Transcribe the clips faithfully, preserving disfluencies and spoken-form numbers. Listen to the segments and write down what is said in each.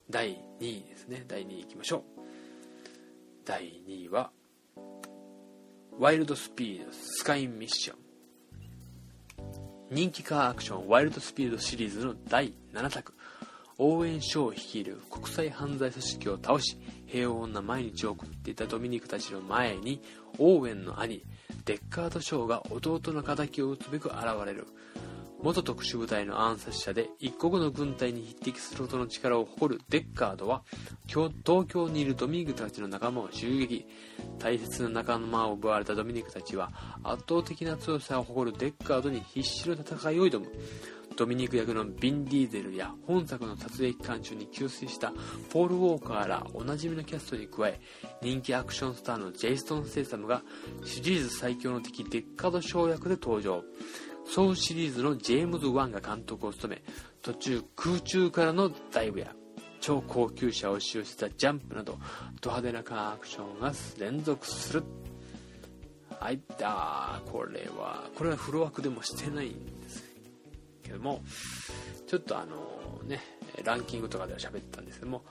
だいにいですね。だいにいいきましょう。だいにいはワイルドスピードスカイミッション。人気カーアクションワイルドスピードシリーズのだいななさく。オーウェン・ショー率いる国際犯罪組織を倒し平穏な毎日を送っていたドミニクたちの前にオーウェンの兄デッカード・ショーが弟の仇を討つべく現れる。元特殊部隊の暗殺者で一国の軍隊に匹敵するほどの力を誇るデッカードは東京にいるドミニクたちの仲間を襲撃。大切な仲間を奪われたドミニクたちは圧倒的な強さを誇るデッカードに必死の戦いを挑む。ドミニク役のビン・ディーゼルや本作の撮影期間中に急逝したポール・ウォーカーらおなじみのキャストに加え、人気アクションスターのジェイソン・ステイサムがシリーズ最強の敵デッカードショー役で登場。ソウシリーズのジェームズ・ワンが監督を務め、途中空中からのダイブや超高級車を使用したジャンプなどド派手なカーアクションが連続する。はい、あーこれはこれはフル枠でもしてないんですけども、ちょっとあのねランキングとかでは喋ったんですけども、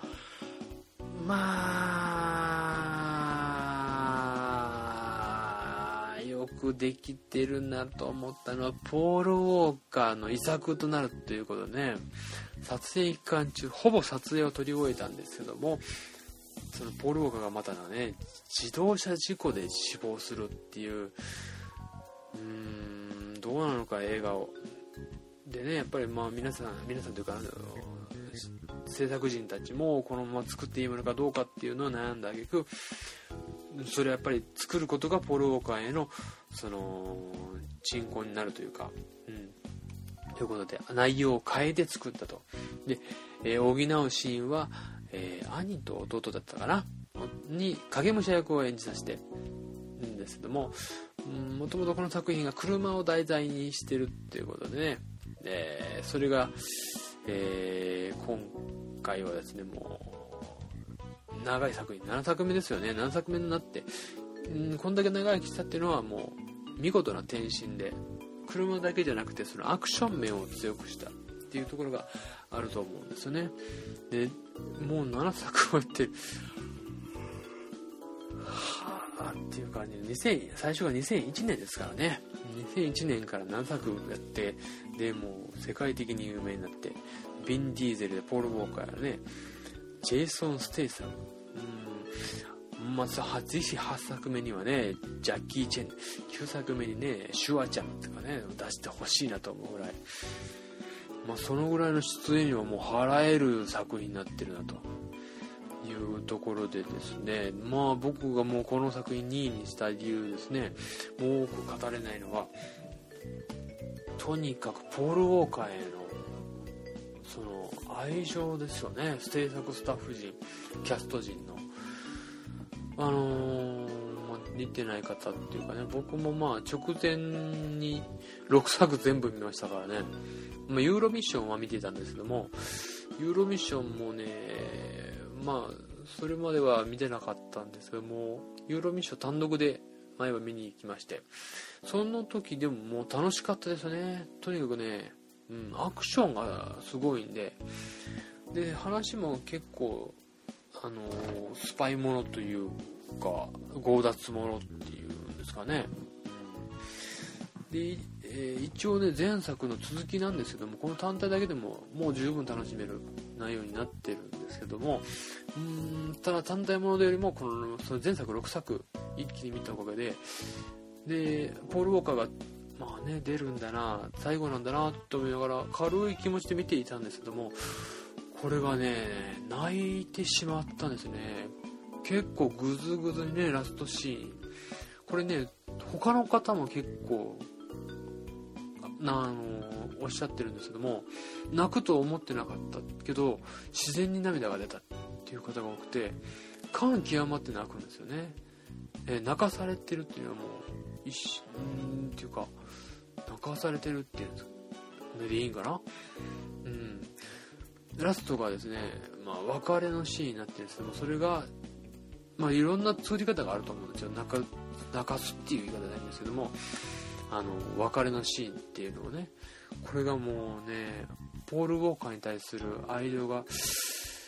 まあよくできてるなと思ったのはポール・ウォーカーの遺作となるということでね、撮影期間中ほぼ撮影を取り終えたんですけども、そのポール・ウォーカーがまたね自動車事故で死亡するっていう、うーんどうなのか映画をでね、やっぱりまあ皆さん皆さんというかあの制作人たちもこのまま作っていいものかどうかっていうのを悩んだ挙句、それはやっぱり作ることがポール・ウォーカーへのその鎮魂になるというか、うん、ということで内容を変えて作ったと。で、えー、補うシーンは、えー、兄と弟だったかなに影武者役を演じさせてるんですけども、もともとこの作品が車を題材にしてるっていうことでね、えー、それが、えー、今回はですねもう長い作品ななさくめですよね。ななさくめになって、うん、こんだけ長生きしたっていうのはもう見事な転身で、車だけじゃなくてそのアクション面を強くしたっていうところがあると思うんですよね。でもうななさくもやってはあっていう感じで、にせん最初がにせんいちねんですからね。にせんいちねんからななさくやって、でもう世界的に有名になって、ビン・ディーゼルでポール・ウォーカーやね、ジェイソン・ステイサム、うんまずはぜひはっさくめにはねジャッキー・チェン、きゅうさくめにねシュワちゃんとかね出してほしいなと思うぐらい、まあ、そのぐらいの出演料はもう払える作品になってるなというところでですね、まあ僕がもうこの作品にいにした理由ですね、もう多く語れないのはとにかくポール・ウォーカーへのその愛情ですよね。制作スタッフ陣キャスト陣のあのー、見てない方っていうかね、僕もまあ直前にろくさく全部見ましたからね、まあ、ユーロミッションは見てたんですけども、ユーロミッションもねまあそれまでは見てなかったんですけども、ユーロミッション単独で前は見に行きまして、その時でももう楽しかったですね。とにかくね、うん、アクションがすごいんで、で話も結構あのー、スパイものというか強奪ものっていうんですかね、うん、で、えー、一応ね前作の続きなんですけども、この単体だけでももう十分楽しめる内容になってるんですけども、うーんただ単体ものよりもこのその前作ろくさく一気に見たおかげで、でポール・ウォーカーがまあね出るんだな、最後なんだなと思いながら軽い気持ちで見ていたんですけども、これがね泣いてしまったんですね。結構グズグズにねラストシーン、これね他の方も結構なあのおっしゃってるんですけども、泣くと思ってなかったけど自然に涙が出たっていう方が多くて、感極まって泣くんですよね。え泣かされてるっていうのはもう一瞬っていうか泣かされてるっていうんですかでいいんかな、うん。ラストがですね、まあ、別れのシーンになってるんですけども、それが、まあ、いろんな作り方があると思うんですよ。泣か、泣かすっていう言い方なんですけども、あの別れのシーンっていうのをね、これがもうねポール・ウォーカーに対する愛情が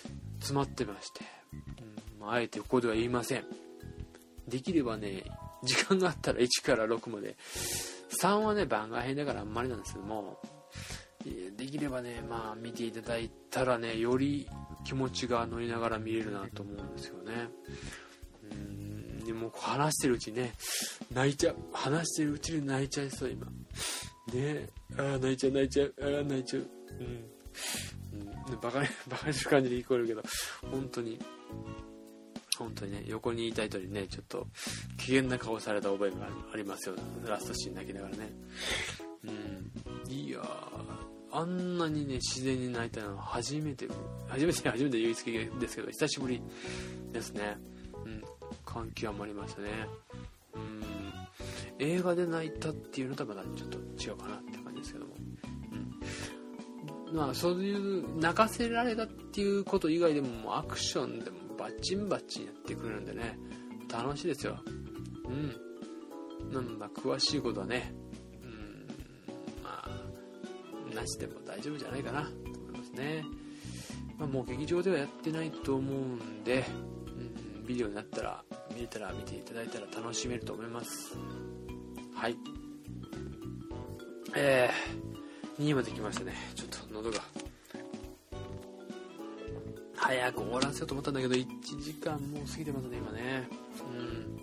詰まってまして、うん、あえてここでは言いません。できればね、時間があったらいちからろくまで、さんはね番外編だからあんまりなんですけども、できればねまあ見ていただいたらね、より気持ちが乗りながら見れるなと思うんですよね。うーん、でも話してるうちにね泣いちゃう、話してるうちに泣いちゃいそう今ね。ああ泣いちゃう泣いちゃう、ああ泣いちゃう、うん、うん、バカにバカにする感じで聞こえるけど、本当に本当にね、横にいた人にねちょっと危険な顔された覚えがありますよ、ラストシーン泣きながらね。うん、いやあんなにね自然に泣いたのは初めて初めて初めて言いつけですけど久しぶりですね。うん、感極まりましたね。うん、映画で泣いたっていうのとはまたちょっと違うかなって感じですけども、うん、まあそういう泣かせられたっていうこと以外でも、もうアクションでもバッチンバッチンやってくれるんでね、楽しいですよ。うん、なんだ詳しいことはね、うん、まあなしでも大丈夫じゃないかなと思いますね。まあ、もう劇場ではやってないと思うんで、うん、ビデオになったら見れたら見ていただいたら楽しめると思います。はい、えー、にいまで来ましたね。ちょっと喉が早く終わらせようと思ったんだけどいちじかんもう過ぎてますね今ね。うん、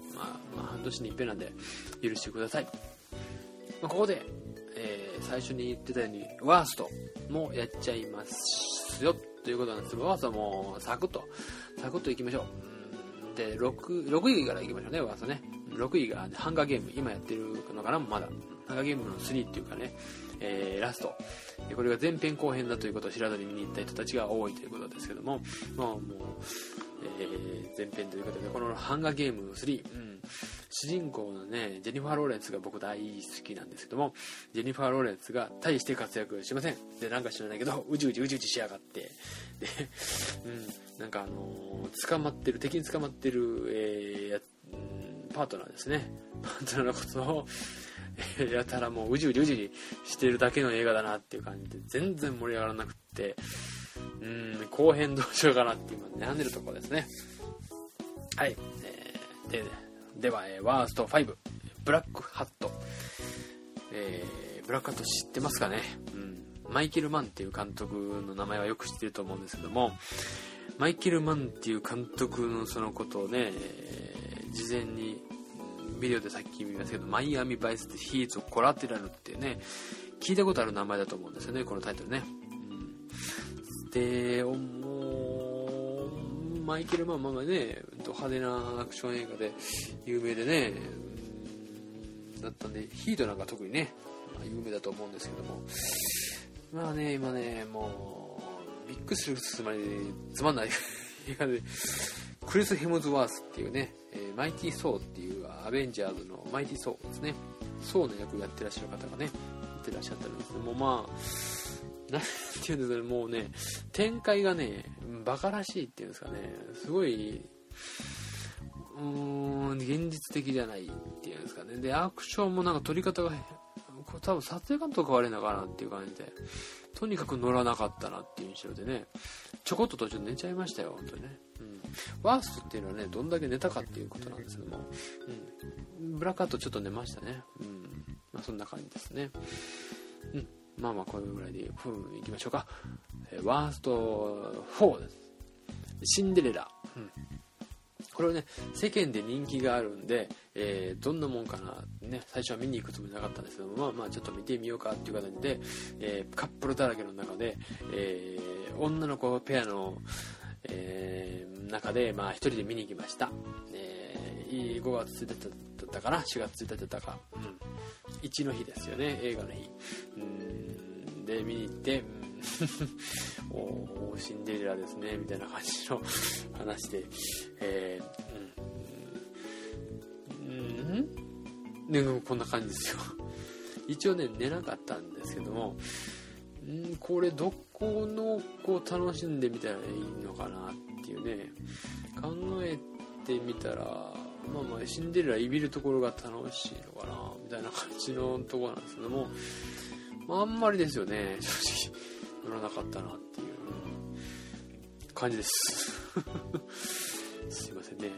まあ、まあ半年に一遍なんで許してください。まあ、ここで、えー、最初に言ってたようにワーストもやっちゃいますよということなんですけど、ワーストはもうサクッとサクッといきましょう。うんで 6, ろくいからいきましょうね。ワーストね、ろくいがハンガーゲーム、今やってるのかな、まだハンガーゲームのスリーっていうかね、えー、ラスト、これが前編後編だということを知らずに見に行った人たちが多いということですけども、まあもう、えー、前編ということでこのハンガーゲームスリー、うん、主人公のねジェニファー・ローレンスが僕大好きなんですけども、ジェニファー・ローレンスが大して活躍しません。でなんか知らないけどうじうじうじうじしやがって、で、うん、なんかあのー、捕まってる敵に捕まってる、えーやうん、パートナーですね、パートナーのことをやたらもううじうじうじしてるだけの映画だなっていう感じで全然盛り上がらなくって、うーん後編どうしようかなって今悩んでるところですね。はい、えー、で, では、えー、ワーストファイブブラックハット、えー、ブラックハット知ってますかね。うん、マイケル・マンっていう監督の名前はよく知ってると思うんですけども、マイケル・マンっていう監督のそのことをね、えー、事前にビデオでさっき見ましたけど、マイアミバイスヒーツコラテラルってね聞いたことある名前だと思うんですよね、このタイトルね。うん、でもうマイケル・マンまあまあね派手なアクション映画で有名でね、うんだったんでヒートなんか特にね、まあ、有名だと思うんですけども、まあね今ねもうびっくりするつまりつまんない映画でクリス・ヘムズワースっていうね、えー、マイティ・ソーっていうアベンジャーズのマイティ・ソーですね、ソーの役をやってらっしゃる方がねやってらっしゃったんですけども、まあなんていうんですかね、もうね展開がねバカらしいっていうんですかね、すごいうーん現実的じゃないっていうんですかね。でアクションもなんか撮り方が多分撮影監督が悪いのかなっていう感じで、とにかく乗らなかったなっていう印象でね、ちょこっと途中寝ちゃいましたよ本当にね。うん、ワーストっていうのはねどんだけ寝たかっていうことなんですけども、うん、ブラックアウトちょっと寝ましたね。うん、まあそんな感じですね。うん、まあまあこれぐらいでフーいきましょうか。えー、ワーストフォーです。シンデレラ。うん、これはね世間で人気があるんで、えー、どんなもんかなね最初は見に行くつもりなかったんですけども、まあまあちょっと見てみようかっていう形で、えー、カップルだらけの中で、えー、女の子ペアのえー、中でまあ一人で見に行きました。えー、ごがつついたちだったかな、しがつついたちだったか、うん、いちの日ですよね、映画の日。うーんで見に行って、うん、おーシンデレラですねみたいな感じの話で、えー、うん、うんねこんな感じですよ。一応ね寝なかったんですけども、んこれどこのこう楽しんでみたらいいのかなっていうね考えてみたら、まあまあシンデレラいびるところが楽しいのかなみたいな感じのところなんですけども、まあ、あんまりですよね正直乗らなかったなっていう感じですすいませんね。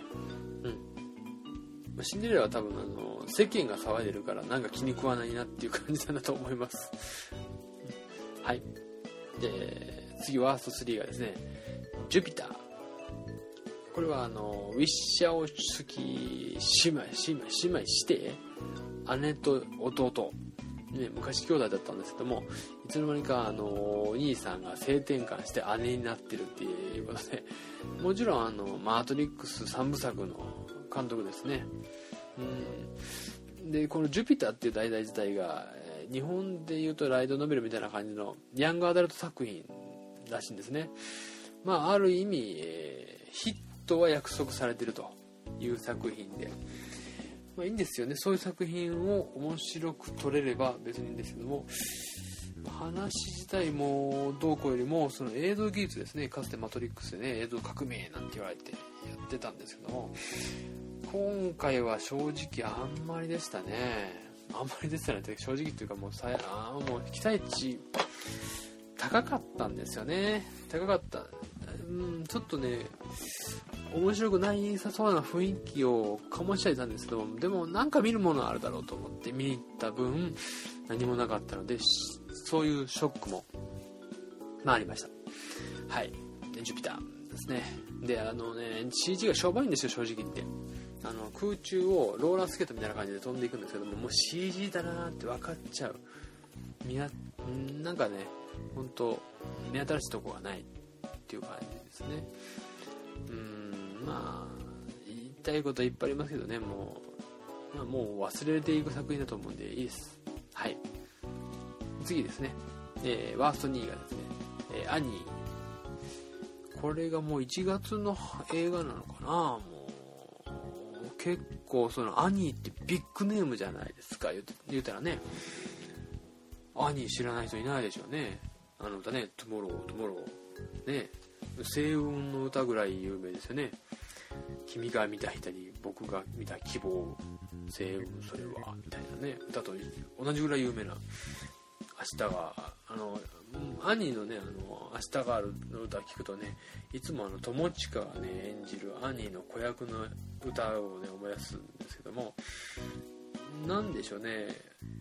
うん、シンデレラは多分あの世間が騒いでるからなんか気に食わないなっていう感じだなと思いますはい。で次ワーストスリーがですね、ジュピター。これはあのウィッシャオスキー姉妹姉妹姉妹して姉と弟、ね、昔兄弟だったんですけども、いつの間にかあのお兄さんが性転換して姉になってるっていうことで、もちろんあのマトリックスさんぶさくの監督ですね。うん、でこのジュピターっていう題材自体が日本でいうとライトノベルみたいな感じのヤングアダルト作品らしいんですね。まあある意味、えー、ヒットは約束されているという作品で、まあ、いいんですよね。そういう作品を面白く撮れれば別にいいんですけども、話自体もどうこうよりもその映像技術ですね。かつてマトリックスでね映像革命なんて言われてやってたんですけども、今回は正直あんまりでしたね。あんまりでしたねって正直っていうかもうさあもう期待値高かったんですよね。高かった。うん、ちょっとね面白くないさそうな雰囲気を醸しちゃいたんですけど、でもなんか見るものあるだろうと思って見に行った分何もなかったので、そういうショックもまあありました。はい。でジュピターですね。であのね シージー がしょぼいんですよ正直言って。あの空中をローラースケートみたいな感じで飛んでいくんですけども、もう シージー だなーって分かっちゃう。みやなんかね本当目新しいとこがないっていう感じですね。うーんまあ言いたいことはいっぱいありますけどね、もう、まあ、もう忘れていく作品だと思うんでいいです。はい。次ですね、えー、ワーストにいがですね、えー、アニー。これがもういちがつの映画なのかな。もう結構そのアニーってビッグネームじゃないですか。言う、言うたらね、アニー知らない人いないでしょうね。あの歌ね、トゥモロートゥモローね、星雲の歌ぐらい有名ですよね。君が見た左、僕が見た希望、星雲それはみたいなね歌と同じぐらい有名な明日があのアニーのねあの明日があるの歌を聞くとね、いつもあの友近がね演じるアニーの子役の歌をね思い出すんですけども、なんでしょうね、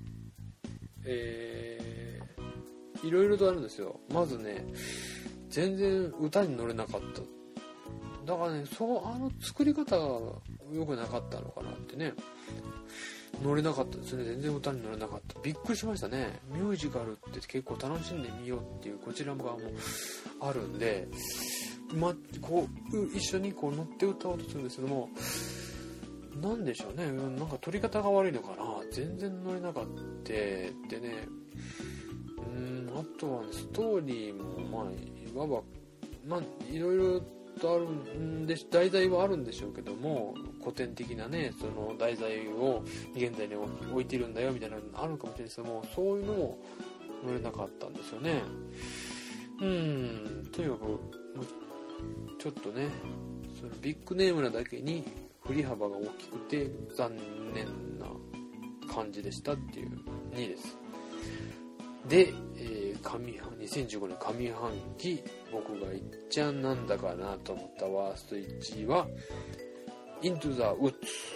えー、いろいろとあるんですよ。まずね全然歌に乗れなかった。だからねそうあの作り方が良くなかったのかなってね。乗れなかったですね。全然歌に乗れなかった。びっくりしましたね。ミュージカルって結構楽しんでみようっていうこちら側もあるんで、ま、こう一緒にこう乗って歌おうとするんですけども、なんでしょうね、なんか撮り方が悪いのかな、全然乗れなかったでね。うーんあとは、ね、ストーリーもまあいわばまあいろいろとあるんで題材はあるんでしょうけども、古典的なねその題材を現在に置いてるんだよみたいなのあるかもしれないですけども、そういうのも乗れなかったんですよね。うーんとにかくちょっとねそのビッグネームなだけに振り幅が大きくて残念な感じでしたっていうにいです。で、えー、上半にせんじゅうごねん上半期僕がいっちゃんなんだかなと思ったワーストいちいは Into the Woods。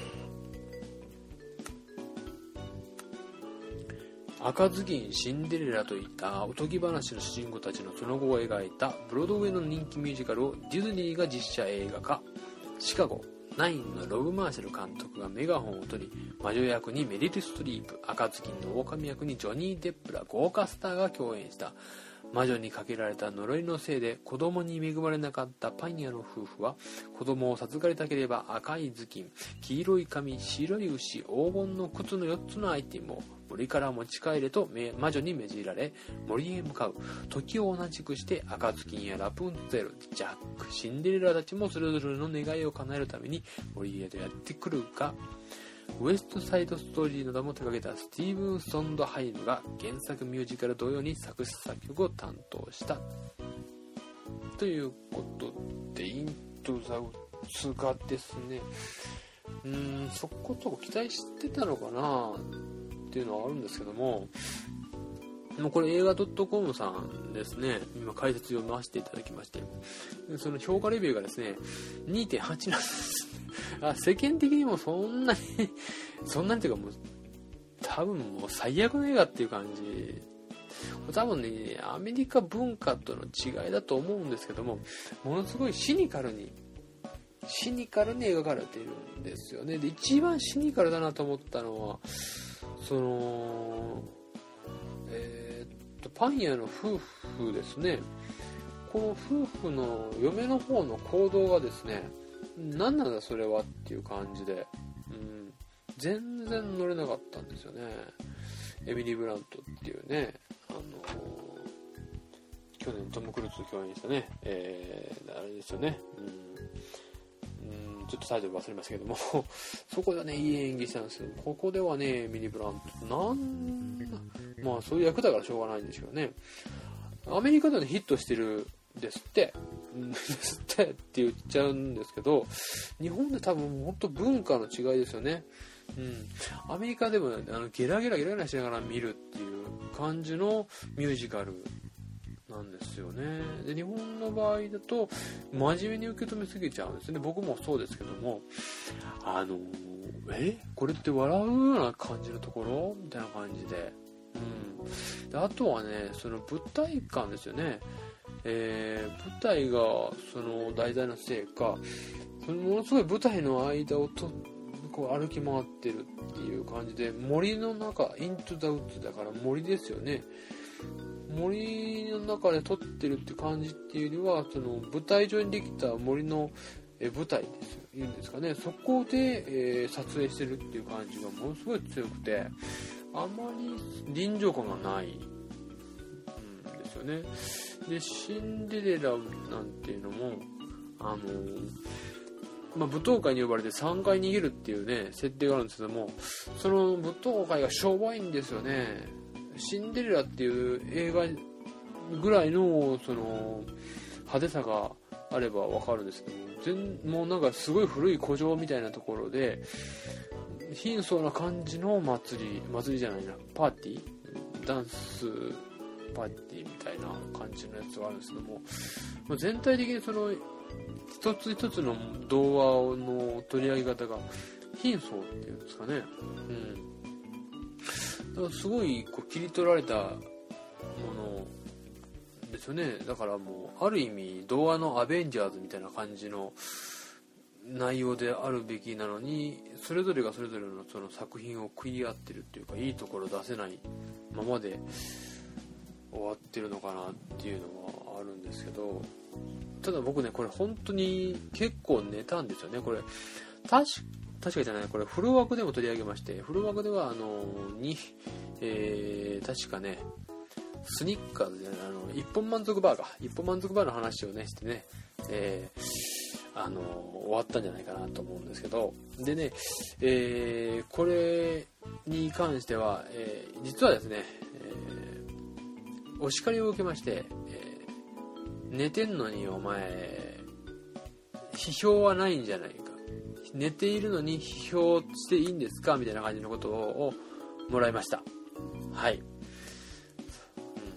赤ずきん、シンデレラといったおとぎ話の主人公たちのその後を描いたブロードウェイの人気ミュージカルをディズニーが実写映画化。シカゴナインのロブ・マーシャル監督がメガホンを取り、魔女役にメリル・ストリープ、赤ずきんの狼役にジョニー・デップら豪華スターが共演した魔女にかけられた呪いのせいで子供に恵まれなかったパン屋の夫婦は、子供を授かりたければ赤い頭巾、黄色い髪、白い牛、黄金の靴のよっつのアイテムを森から持ち帰れと魔女に命じられ森へ向かう。時を同じくして赤ずきんやラプンツェル、ジャック、シンデレラたちもそれぞれの願いを叶えるために森へとやってくるが、ウエストサイドストーリーなども手掛けたスティーブン・ソンドハイムが原作ミュージカル同様に作詞作曲を担当したということで、イントゥザウッズがですね、うーんそこと期待してたのかなっていうのはあるんですけども、 もうこれ映画 .com さんですね、今解説読ませていただきまして、その評価レビューがですね にてんはち なんですあ、世間的にもそんなにそんなにというかもう多分もう最悪の映画っていう感じ、多分ねアメリカ文化との違いだと思うんですけども、ものすごいシニカルにシニカルに描かれているんですよね。で一番シニカルだなと思ったのはそのえー、っとパン屋の夫婦ですね。この夫婦の嫁の方の行動がですね、何なんだそれはっていう感じで、うん、全然乗れなかったんですよね。エミリー・ブラントっていうね、あのー、去年トム・クルーズと共演したね、えー、あれですよね、うんうん、ちょっとタイトル忘れましたけどもそこではねいい演技したんですけど、ここではねエミリー・ブラントなんまあそういう役だからしょうがないんですけどね、アメリカでは、ね、ヒットしてるですってですってって言っちゃうんですけど、日本で多分本当文化の違いですよね。うん、アメリカでもあのゲラゲラゲラゲラしながら見るっていう感じのミュージカルなんですよね。で日本の場合だと真面目に受け止めすぎちゃうんですね。僕もそうですけども、あのえこれって笑うような感じのところみたいな感じで、うん、であとはねその舞台感ですよね。えー、舞台がその題材のせいか、そのものすごい舞台の間をとこう歩き回ってるっていう感じで、森の中イントゥザウッズだから森ですよね。森の中で撮ってるって感じっていうよりはその舞台上にできた森のえ舞台ですよ言うんですかね、そこで、えー、撮影してるっていう感じがものすごい強くて、あまり臨場感がないんですよね。でシンデレラなんていうのもあのまあ、舞踏会に呼ばれてさんかい逃げるっていうね設定があるんですけども、その舞踏会がしょぼいんですよね。シンデレラっていう映画ぐらいのその派手さがあればわかるんですけども、全もうなんかすごい古い古城みたいなところで貧相な感じの祭り祭りじゃないなパーティーダンスパーティーみたいな感じのやつがあるんですけども、まあ、全体的にその一つ一つの童話の取り上げ方が貧相っていうんですかね、うん、だからすごいこう切り取られたものですよね。だからもうある意味童話のアベンジャーズみたいな感じの内容であるべきなのに、それぞれがそれぞれのその作品を食い合ってるっていうか、いいところ出せないままで終わってるのかなっていうのはあるんですけど、ただ僕ねこれ本当に結構寝たんですよね。これ確確かじゃないこれフル枠でも取り上げまして、フル枠ではあのに、えー、確かねスニッカーズじゃないあの一本満足バーか一本満足バーの話をねしてね、えー、あの終わったんじゃないかなと思うんですけど、でね、えー、これに関しては、えー、実はですね、えー、お叱りを受けまして、寝てんのにお前批評はないんじゃないか、寝ているのに批評していいんですかみたいな感じのことをもらいました。はい、うん、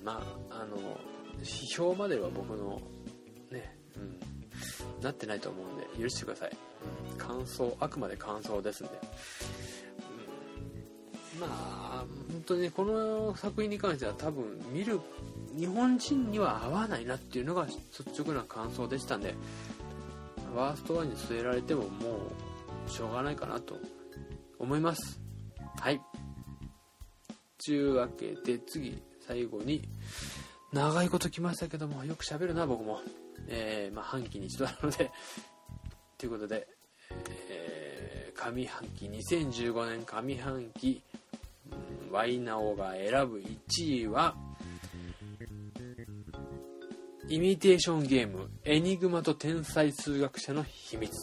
まああの批評までは僕のね、うん、なってないと思うんで許してください、うん、感想あくまで感想ですんで、うん、まあ本当に、ね、この作品に関しては多分見る日本人には合わないなっていうのが率直な感想でしたんで、ワーストワンに据えられてももうしょうがないかなと思います。はい、というわけで次最後に長いこと来ましたけども、よく喋るな僕も、えー、まあ半期に一度なのでということで、えー、上半期にせんじゅうごねん上半期、うん、ワイナオが選ぶいちいはイミテーションゲームエニグマと天才数学者の秘密。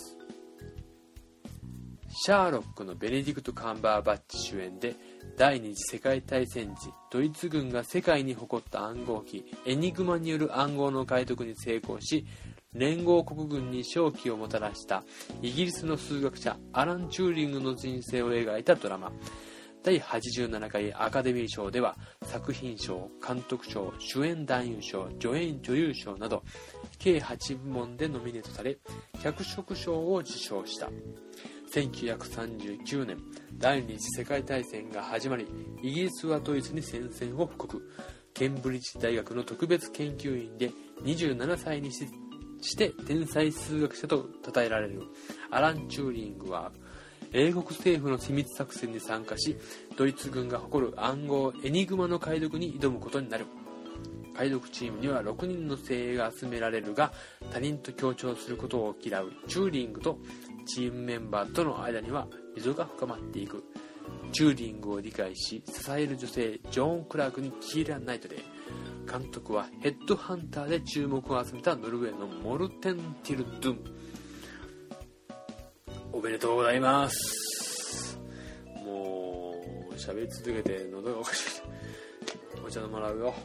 シャーロックのベネディクト・カンバーバッチ主演で、第二次世界大戦時ドイツ軍が世界に誇った暗号機エニグマによる暗号の解読に成功し、連合国軍に勝機をもたらしたイギリスの数学者アラン・チューリングの人生を描いたドラマ。 だいはちじゅうななかいアカデミー賞では作品賞、監督賞、主演男優賞、助演女優賞など計はちぶもんでノミネートされ、脚色賞を受賞した。せんきゅうひゃくさんじゅうきゅうねん、第二次世界大戦が始まり、イギリスはドイツに宣戦を布告。ケンブリッジ大学の特別研究員でにじゅうななさいにしして天才数学者と称えられるアラン・チューリングは、英国政府の秘密作戦に参加し、ドイツ軍が誇る暗号エニグマの解読に挑むことになる。解読チームにはろくにんの精鋭が集められるが、他人と協調することを嫌うチューリングとチームメンバーとの間には溝が深まっていく。チューリングを理解し支える女性ジョーン・クラークにキーラ・ナイトレイ。監督はヘッドハンターで注目を集めたノルウェーのモルテン・ティルドゥン。おめでとうございます。もう喋り続けて喉がおかしい。お茶飲まらうよ。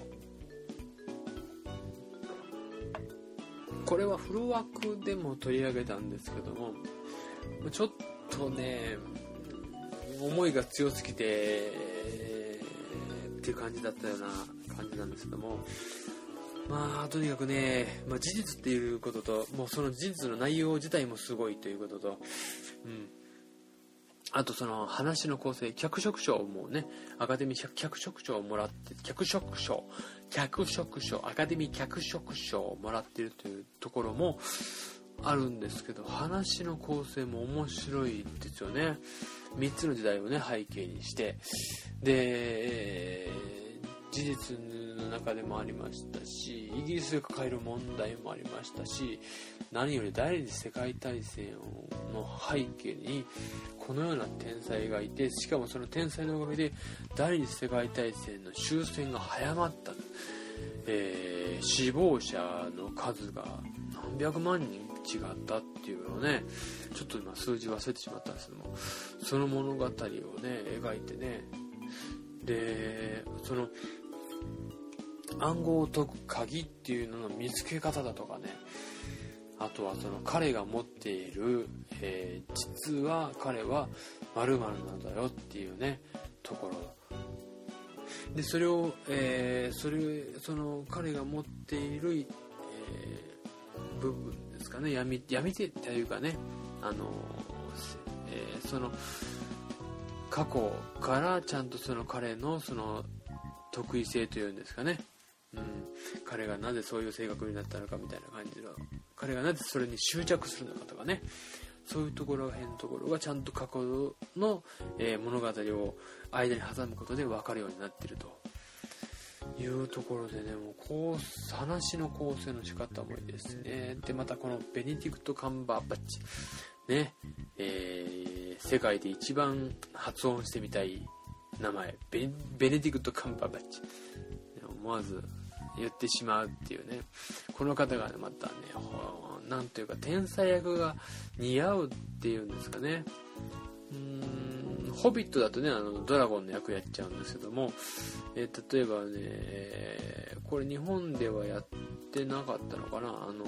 これはフル枠でも取り上げたんですけども、ちょっとね思いが強すぎて、えー、っていう感じだったような感じなんですけども、まあとにかくね、まあ、事実っていうことと、もうその事実の内容自体もすごいということと、うん、あとその話の構成、脚色賞もね、アカデミー脚色賞をもらって、脚色賞脚色賞アカデミー脚色賞をもらっているというところもあるんですけど、話の構成も面白いですよね。みっつの時代をね背景にして、で事実の中でもありましたし、イギリスが抱える問題もありましたし、何より第二次世界大戦の背景にこのような天才がいて、しかもその天才のおかげで第二次世界大戦の終戦が早まった、えー、死亡者の数が何百万人違ったっていうのをね、ちょっと今数字忘れてしまったんですけども、その物語をね描いてね、でその暗号を解く鍵っていうのの見つけ方だとかね、あとはその彼が持っている、えー、実は彼は〇〇なんだよっていうねところで、それを、えー、それその彼が持っている、えー、部分ですかね、闇闇手というかね、あの、えー、その過去からちゃんとその彼のその得意性というんですかね、うん、彼がなぜそういう性格になったのかみたいな感じの、彼がなぜそれに執着するのかとかね、そういうところが変なところがちゃんと過去の、えー、物語を間に挟むことで分かるようになっているというところでね、もうこう話の構成の仕方もいいですね。でまたこのベネディクト・カンバーバッチね、えー、世界で一番発音してみたい名前 ベ, ベネディクト・カンバーバッチ、思わず言ってしまうっていうね、この方がねまたね、なんというか天才役が似合うっていうんですかね。うーん、ホビットだとね、あのドラゴンの役やっちゃうんですけども、えー、例えばね、えー、これ日本ではやってなかったのかな、あの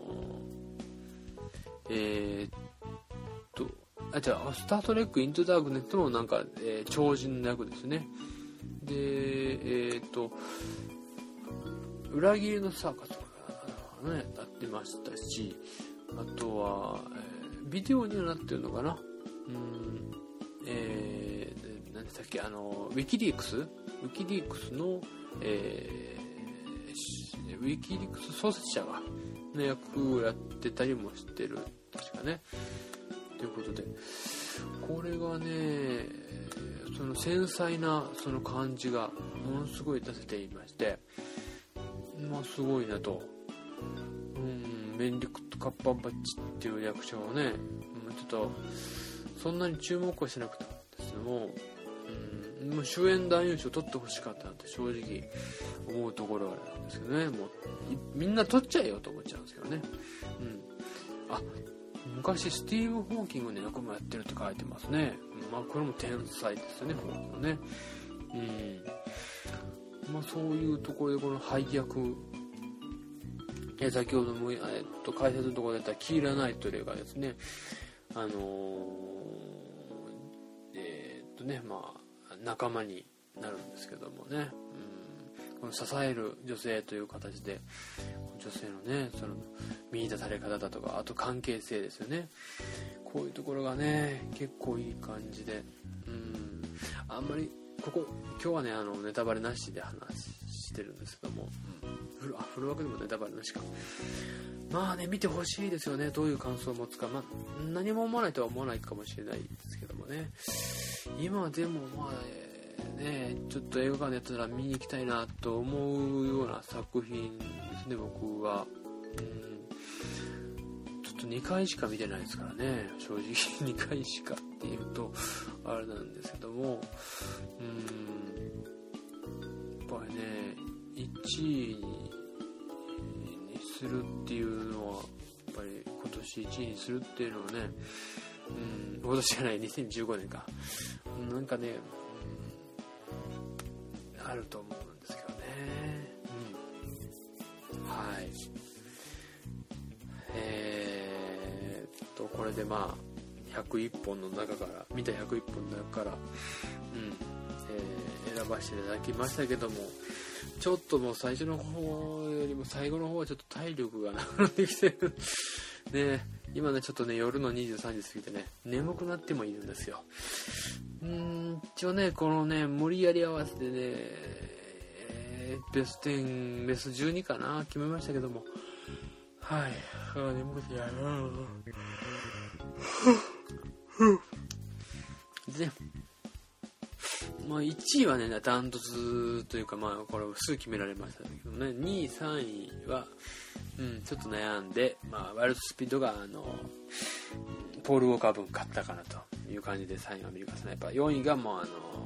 ー、えー、っとあじゃあスタートレックイントダークネットもなんか、えー、超人の役ですね。でえー、っと裏切りのサーカスとかねやってましたし、あとは、えー、ビデオにはなってるのかな、うん、えー、何でしたっけ、あのウィキリークスウィキリークスの、えー、ウィキリークス創設者がの役をやってたりもしてる、確かね。ということでこれがね、その繊細なその感じがものすごい出せていまして、まあすごいなと。うん、ベネディクト・カッパーバッチっていう役者をね、ちょっとそんなに注目はしなくてもですけども、うん、もう主演男優賞取ってほしかったなって正直思うところがあるんですけどね。もうみんな取っちゃえよと思っちゃうんですけどね。うん、あ、昔スティーブ・ホーキングの役もやってるって書いてますね。まあこれも天才ですよね、ホーキングね。うん、まあそういうところでこの配役、え先ほども、えっと、解説のところでやったキーラ・ナイトレイがですね、あのー、えー、っとね、まあ、あ仲間になるんですけどもね、うん、この支える女性という形で女性のねその見出され方だとか、あと関係性ですよね。こういうところがね結構いい感じで、うん、あんまりここ今日はねあのネタバレなしで話してるんですけども、うん、フルあフル枠でもネタバレなしか。まあね見てほしいですよね。どういう感想を持つか、まあ、何も思わないとは思わないかもしれないですけどもね。今でもまあねちょっと映画館でやったら見に行きたいなと思うような作品ですね。僕は、うん、ちょっとにかいしか見てないですからね、正直にかいしかっていうとあれなんですけども、うんやっぱりねいちいにするっていうのはやっぱり今年いちいにするっていうのはね、うん、今年じゃないにせんじゅうごねんかなんかね、うん、あると思うんですけどね、うん、はいえー、っとこれでまあひゃくいっぽんの中から見たひゃくいっぽんの中から、うんえー、選ばせていただきましたけども、ちょっともう最初の方よりも最後の方はちょっと体力がなくなってきてるね。今ねちょっとね夜のにじゅうさんじ過ぎてね眠くなってもいるんですよ。うーん一応ねこのね無理やり合わせてね、えー、ベストじゅうベストじゅうにかな決めましたけども、はいあ眠くてやろうでねまあ、いちいはねダントツというか、まあこれすぐ決められましたけどね。にいさんいは、うん、ちょっと悩んで、まあ、ワイルドスピードがあのポール・ウォーカー分買ったかなという感じでさんいは見るかさ、やっぱよんいがもうあの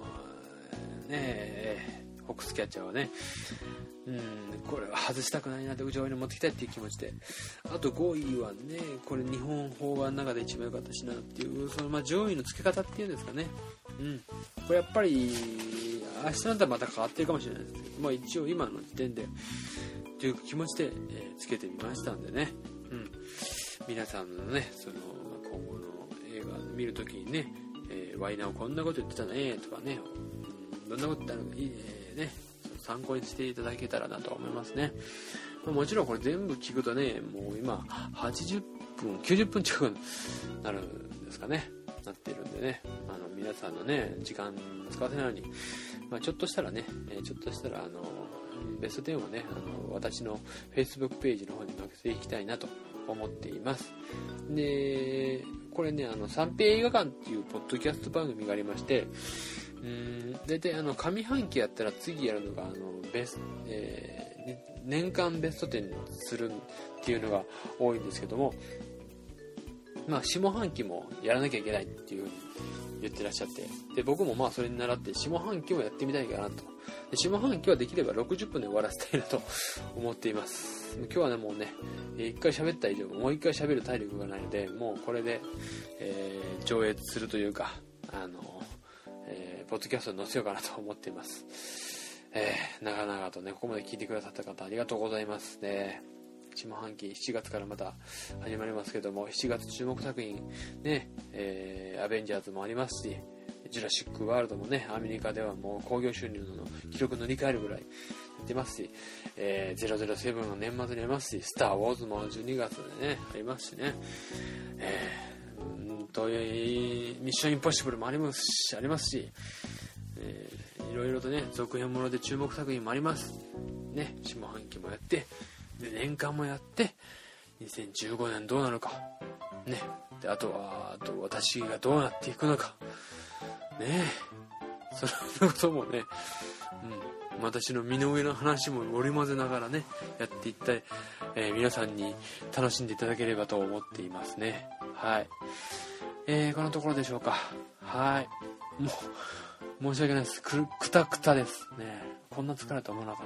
ねホックスキャッチャーはね、うん、これは外したくないなって上位に持ってきたいっていう気持ちで、あとごいはねこれ日本邦画の中で一番良かったしなっていうその、まあ、上位の付け方っていうんですかね、うん、これやっぱり明日だったらまた変わってるかもしれないですけど、まあ、一応今の時点でという気持ちで、えー、つけてみましたんでね、うん、皆さんのねその今後の映画を見るときにね、えー、ワイナーこんなこと言ってたねとかね、うん、どんなことってあるのかいいね参考にしていただけたらなと思いますね。まあ、もちろんこれ全部聞くとねもう今はちじゅっぷんきゅうじゅっぷん近くになるんですかねなってるんでね、あの皆さんのね時間使わせないように、まあ、ちょっとしたらねちょっとしたらあのベストじゅうをねあの私の Facebook ページの方に載せていきたいなと思っています。でこれねあの三平映画館っていうポッドキャスト番組がありまして、うーん大体あの上半期やったら次やるのがあのベス、えー、年間ベストじゅうにするっていうのが多いんですけども、まあ下半期もやらなきゃいけないっていう風に言ってらっしゃって、で僕もまあそれに倣って下半期もやってみたいかなと。で下半期はできればろくじゅっぷんで終わらせたいなと思っています。今日はねもうね一回喋った以上もう一回喋る体力がないので、もうこれで、えー、上映するというかあの、えー、ポッドキャストに載せようかなと思っています。えー、長々とねここまで聞いてくださった方ありがとうございますね。下半期しちがつからまた始まりますけども、しちがつ注目作品ね、えー、アベンジャーズもありますし、ジュラシックワールドもねアメリカではもう興行収入の記録塗り替えるぐらい出ますし、えー、ゼロゼロセブンの年末にありますし、スターウォーズもじゅうにがつでねありますしね、えー、うんとミッションインポッシブルもありますしありますし、えー、いろいろとね続編もので注目作品もありますね。下半期もやってで年間もやってにせんじゅうごねんどうなるかね、であとはあと私がどうなっていくのかね、そんなこともね、うん、私の身の上の話も織り交ぜながらねやっていった、えー、皆さんに楽しんでいただければと思っていますね。はい、えー、このところでしょうか。はい、もう申し訳ないです。くくたくたですね。こんな疲れと思わなかった。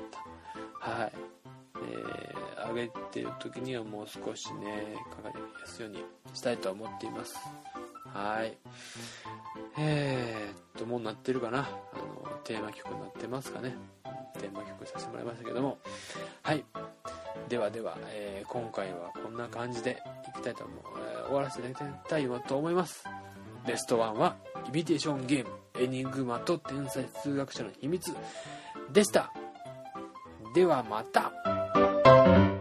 はい、えー、上げてる時にはもう少しねかかりやすいようにしたいと思っています。はい、えー、っともうなってるかな、あのテーマ曲になってますかね。テーマ曲させてもらいましたけども、はい、ではでは、えー、今回はこんな感じでいきたいと思う、えー、終わらせていただきたいと思います。ベストワンはイミテーションゲームエニグマと天才数学者の秘密でした。ではまた。